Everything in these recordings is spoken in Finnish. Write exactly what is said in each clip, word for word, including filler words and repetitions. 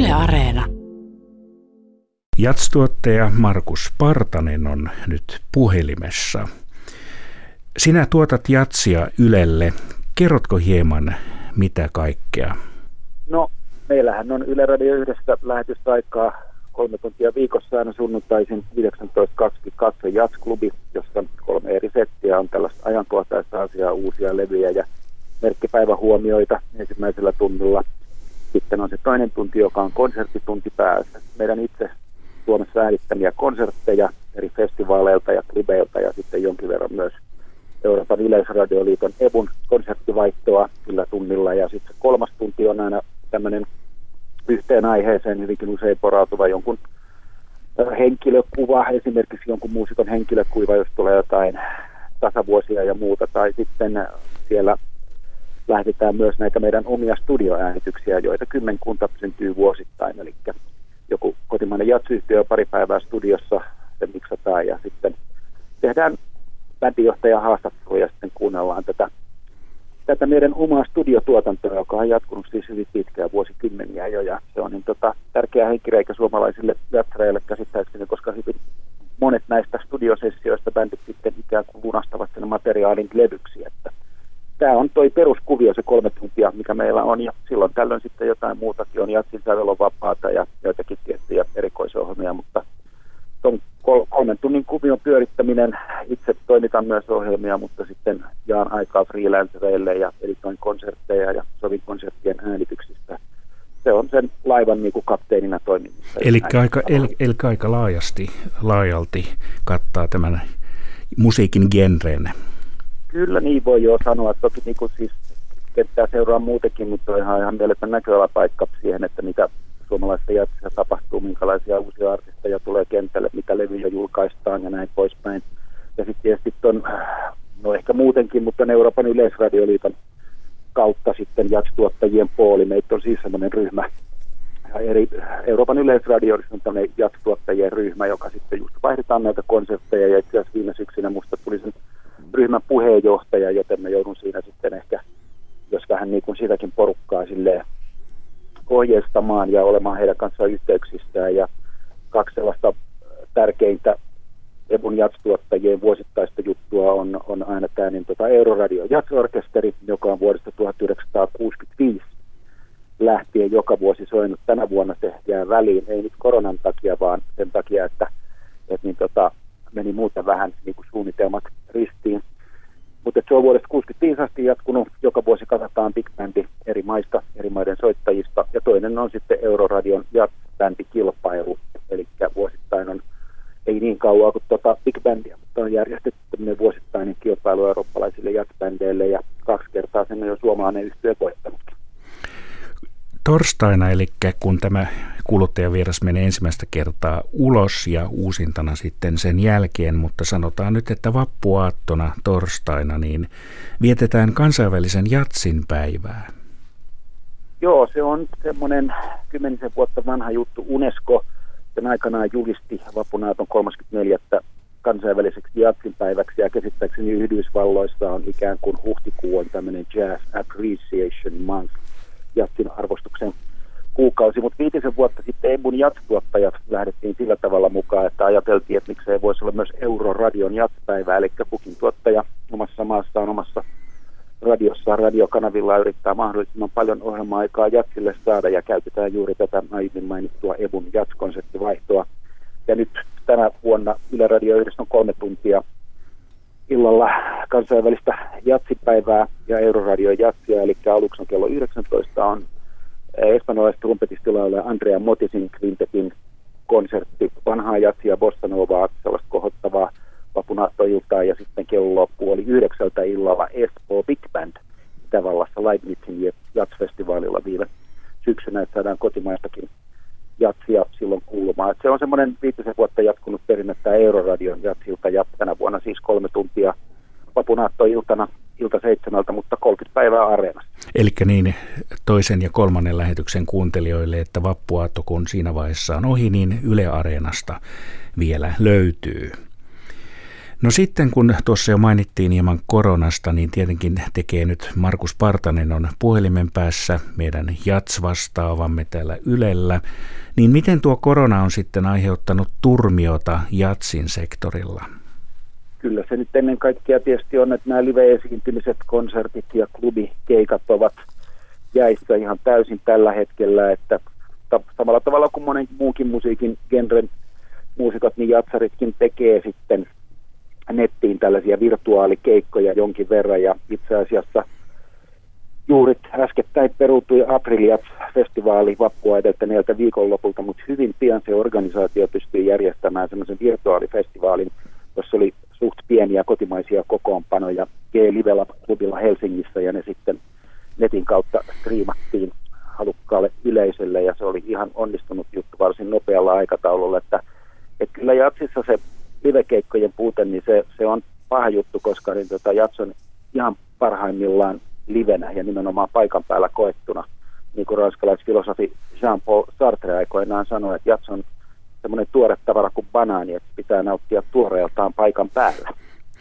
Yle Areena. Jats-tuottaja Markus Partanen on nyt puhelimessa. Sinä tuotat jatsia Ylelle. Kerrotko hieman, mitä kaikkea? No, meillähän on Yle Radio yhdessä lähetysaikaa kolme tuntia viikossa aina sunnuntaisin yhdeksäntoista kaksikymmentäkaksi Jats-klubi, jossa kolme eri settiä on tällaista ajankohtaista asiaa, uusia levyjä ja merkkipäivähuomioita ensimmäisellä tunnilla. Sitten on se toinen tunti, joka on konserttitunti päässä. Meidän itse Suomessa äänittämiä konsertteja eri festivaaleilta ja klubeilta ja sitten jonkin verran myös Euroopan Yleisradioliiton E B U:n konserttivaihtoa sillä tunnilla. Ja sitten kolmas tunti on aina tämmöinen yhteen aiheeseen hyvinkin usein porautuva jonkun henkilökuva, esimerkiksi jonkun muusikon henkilökuva, jos tulee jotain tasavuosia ja muuta. Tai sitten siellä lähdetään myös näitä meidän omia studioäänityksiä, joita kymmenkunta syntyy vuosittain. Eli joku kotimainen jatsyhtiö pari päivää studiossa, se miksataan ja sitten tehdään bändijohtajan haastatteluja ja sitten kuunnellaan tätä, tätä meidän omaa studiotuotantoa, joka on jatkunut siis hyvin pitkään, vuosikymmeniä jo. Ja se on niin tota, tärkeä henkireikä suomalaisille jatsareille käsittääkseni, koska hyvin monet näistä studiosessioista bändit sitten ikään kuin lunastavat sen materiaalin levyksi. Että tämä on toi peruskuvio, se kolme tuntia, mikä meillä on, ja silloin tällöin sitten jotain muutakin on. Jatsin sävel on vapaata ja joitakin tiettyjä erikoisohjelmia, mutta tuon kolmen tunnin kuvion pyörittäminen, itse toimitan myös ohjelmia, mutta sitten jaan aikaa freelancereille ja editoin konsertteja ja sovin konserttien äänityksistä. Se on sen laivan niin kuin kapteenina toimimista. Eli aika, el, el, aika laajasti, laajalti kattaa tämän musiikin genren. Kyllä niin voi jo sanoa. Toki niin kuin siis kenttää seuraa muutenkin, mutta on ihan, ihan mieletön näköalapaikka siihen, että mitä suomalaisessa jatsissa tapahtuu, minkälaisia uusia artisteja tulee kentälle, mitä levyjä julkaistaan ja näin poispäin. Ja sitten tietysti on, no ehkä muutenkin, mutta Euroopan Yleisradioliiton kautta sitten jats-tuottajien puoli. Meitä on siis sellainen ryhmä. Ja eri, Euroopan Yleisradioissa on tämmöinen jats-tuottajien ryhmä, joka sitten just vaihdetaan näitä konsepteja. Ja itse asiassa viime syksynä musta tuli sen ryhmän puheenjohtaja, joten mä joudun siinä sitten ehkä, jos vähän niin kuin sitäkin porukkaa silleen ohjeistamaan ja olemaan heidän kanssaan yhteyksissään. Ja kaksi sellaista tärkeintä E B U:n jats-tuottajien vuosittaista juttua on, on aina tämä niin tota Euroradio Jats-orkesteri, joka on vuodesta tuhatyhdeksänsataakuusikymmentäviisi lähtien joka vuosi soinut. Tänä vuonna se jää väliin, ei nyt koronan takia, vaan sen takia, että, että niin tota, meni muuten vähän niin kuin suunnitelmat ristiin. Mutta se on vuodesta kuusikymmentäviisi asti jatkunut. Joka vuosi katsotaan big bandi eri maista, eri maiden soittajista. Ja toinen on sitten Euroradion jats-bändikilpailu. Eli vuosittain on, ei niin kauan kuin tota big bandia, mutta on järjestetty tämmöinen vuosittainen kilpailu eurooppalaisille jats-bändeille. Ja kaksi kertaa sen on jo suomalainen yhtye voittanutkin. Torstaina, eli kun tämä kuluttajavieras menee ensimmäistä kertaa ulos ja uusintana sitten sen jälkeen, mutta sanotaan nyt, että vappuaattona torstaina, niin vietetään kansainvälisen jatsin päivää. Joo, se on semmoinen kymmenisen vuotta vanha juttu. UNESCO sen aikanaan julisti vappunaaton kolmaskymmenesneljäs kansainväliseksi jatsin päiväksi, ja käsittääkseni Yhdysvalloissa on ikään kuin huhtikuu on tämmöinen Jazz Appreciation Month, jatsin arvostuksen kuukausi, mutta viitisen vuotta sitten E B U:n jats-tuottajat lähdettiin sillä tavalla mukaan, että ajateltiin, että miksei voisi olla myös Euroradion jatspäivä, eli kukin tuottaja omassa maassaan, omassa radiossaan, radiokanavilla yrittää mahdollisimman paljon ohjelma-aikaa jatsille saada, ja käytetään juuri tätä aiemmin mainittua E B U:n jats-konserttivaihtoa. Ja nyt tänä vuonna Yle Radio yhdessä on kolme tuntia illalla kansainvälistä jatsipäivää ja Euroradio jatsia, eli aluksi on kello yhdeksäntoista on espanjalaista trumpetistilaulaja Andrea Motisin kvintetin konsertti, vanhaa jatsia, bossa novaa, sellaista kohottavaa vapunaattoiltaa, ja sitten kello puoli yhdeksältä illalla Espoo Big Band Itävallassa Leibnizin jatsfestivaalilla viime syksynä, että saadaan kotimaistakin jatsia silloin kuulumaan. Että se on semmoinen viitisen vuotta jatkunut perinnettä Euroradion jatsilta, ja tänä vuonna siis kolme tuntia vapunaattoiltana ilta seitsemältä, mutta kolmekymmentä päivää areenassa. Eli niin toisen ja kolmannen lähetyksen kuuntelijoille, että vappuaatto kun siinä vaiheessa on ohi, niin Yle Areenasta vielä löytyy. No sitten kun tuossa jo mainittiin hieman koronasta, niin tietenkin tekee nyt Markus Partanen on puhelimen päässä meidän Jats-vastaavamme täällä Ylellä. Niin miten tuo korona on sitten aiheuttanut turmiota Jatsin sektorilla? Kyllä se nyt ennen kaikkea tietysti on, että nämä live-esiintymiset, konsertit ja klubikeikat ovat jäissä ihan täysin tällä hetkellä, että samalla tavalla kuin monen muukin musiikin genren muusikot, niin jatsaritkin tekee sitten nettiin tällaisia virtuaalikeikkoja jonkin verran, ja itse asiassa juuri äskettäin peruutui April-Jats-festivaali vappua edeltäneeltä viikonlopulta, mutta hyvin pian se organisaatio pystyi järjestämään semmoisen virtuaalifestivaalin, jossa oli suht pieniä kotimaisia kokoonpanoja G-Live-klubilla Helsingissä, ja ne sitten netin kautta striimattiin halukkaalle yleisölle, ja se oli ihan onnistunut juttu varsin nopealla aikataululla, että, että kyllä Jatsissa se livekeikkojen puute, niin se, se on paha juttu, koska niin tota, Jats on ihan parhaimmillaan livenä ja nimenomaan paikan päällä koettuna. Niin kuin ranskalaisfilosofi Jean-Paul Sartre aikoinaan sanoi, että Jats on semmoinen tuore tavara kuin banaani, että pitää nauttia tuoreeltaan paikan päällä.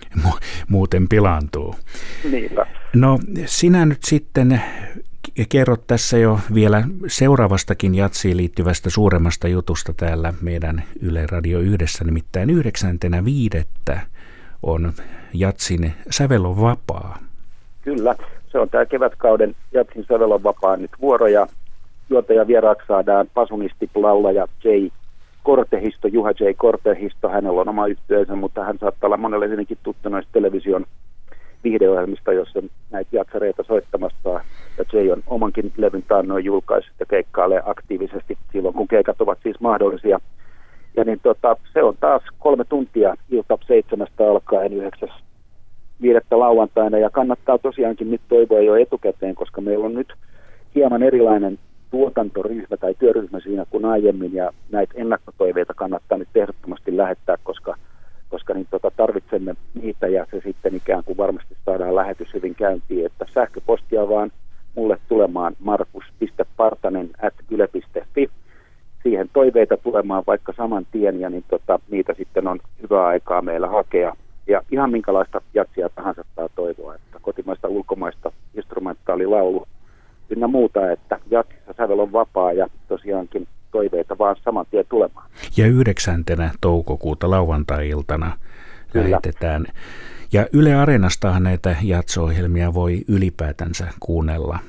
Muuten pilaantuu. Niinpä. No sinä nyt sitten kerrot tässä jo vielä seuraavastakin Jatsiin liittyvästä suuremmasta jutusta täällä meidän Yle Radio Yhdessä, nimittäin yhdeksäntenä viidettä on Jatsin Sävel on vapaa. Kyllä, se on tämä kevätkauden Jatsin Sävel on vapaa nyt vuoro, ja juontaja vieraaksi saadaan pasunisti, laulaja J. Kortehisto, Juha J. Kortehisto, hänellä on oma yhtyeensä, mutta hän saattaa olla monelle ennenkin tuttu noista television viihdeohjelmista, jossa näitä jatsareita soittamassa, ja Jay on omankin levyn taannoin julkaissut ja keikkailee aktiivisesti silloin, kun keikat ovat siis mahdollisia. Ja niin tota, se on taas kolme tuntia ilta seitsemästä alkaen yhdeksäs viidettä lauantaina, ja kannattaa tosiaankin nyt toivoa jo etukäteen, koska meillä on nyt hieman erilainen tuotantoryhmä tai työryhmä siinä kuin aiemmin, ja näitä ennakkotoiveita kannattaa nyt ehdottomasti lähettää, koska koska niin tota, tarvitsemme niitä, ja se sitten ikään kuin varmasti saadaan lähetys hyvin käyntiin, että sähköpostia vaan mulle tulemaan markus piste partanen ät yle piste fi. Siihen toiveita tulemaan vaikka saman tien, ja niin tota, niitä sitten on hyvää aikaa meillä hakea. Ja ihan minkälaista jatsia tahansa saa toivoa, että kotimaista, ulkomaista, instrumentaalilaulu ynnä muuta, että jatsissa sävel on vapaa, ja tosiaankin toiveita vaan saman tien tulemaan. Ja yhdeksäntenä toukokuuta lauantai-iltana lähetetään. Ja Yle Areenastahan näitä jatso-ohjelmia voi ylipäätänsä kuunnella.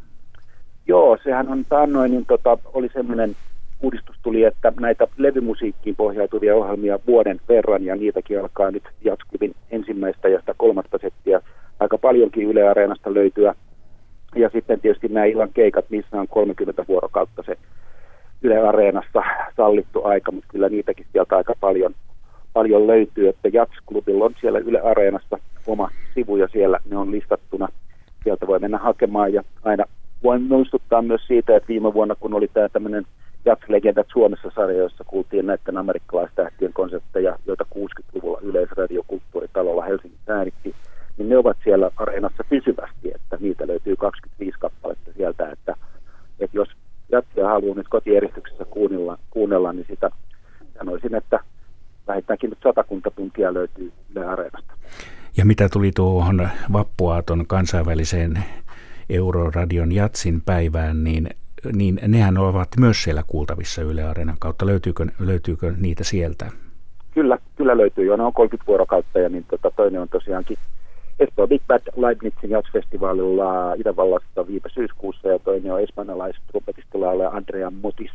Joo, sehän on taannoin, niin tota, oli semmoinen uudistus tuli, että näitä levymusiikkiin pohjautuvia ohjelmia vuoden verran, ja niitäkin alkaa nyt Jatsklubin ensimmäistä ja sitä kolmatta settiä aika paljonkin Yle Areenasta löytyä. Ja sitten tietysti nämä illan keikat, missä on kolmekymmentä vuorokautta se Yle Areenassa sallittu aika, mutta kyllä niitäkin sieltä aika paljon, paljon löytyy, että Jats-klubilla on siellä Yle Areenassa oma sivu, ja siellä ne on listattuna. Sieltä voi mennä hakemaan, ja aina voin muistuttaa myös siitä, että viime vuonna, kun oli tämä tämmöinen Jats-legendat Suomessa -sarja, jossa kuultiin näiden amerikkalaistähtien konsertteja, joita kuusikymmentäluvulla Yleisradio Kulttuuritalolla Helsingissä äänitti, niin ne ovat siellä Areenassa pysyvästi, että niitä löytyy kaksikymmentäviisi kappaletta sieltä, että, että jos Jatsia haluaa nyt kotieristyksessä kuunnella, kuunnella, niin sitä sanoisin, että vähintäänkin nyt satakunta tuntia löytyy Yle Areenasta. Ja mitä tuli tuohon vappuaaton kansainväliseen Euroradion Jatsin päivään, niin, niin nehän ovat myös siellä kuultavissa Yle Areenan kautta. Löytyykö, löytyykö niitä sieltä? Kyllä, kyllä löytyy jo. Ne on kolmekymmentä vuorokautta, ja niin tota, toinen on tosiaankin Espoo Big Bad Leibnizin Jats-festivaalilla Itävallassa viime syyskuussa, ja toinen on espanjalaistrumpetistolaulaja Andrea Motis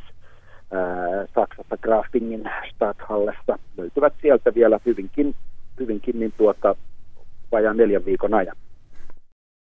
ää, Saksassa Grafingin Stadthallessa. Löytyvät sieltä vielä hyvinkin, hyvinkin niin tuota, vajaan neljän viikon ajan.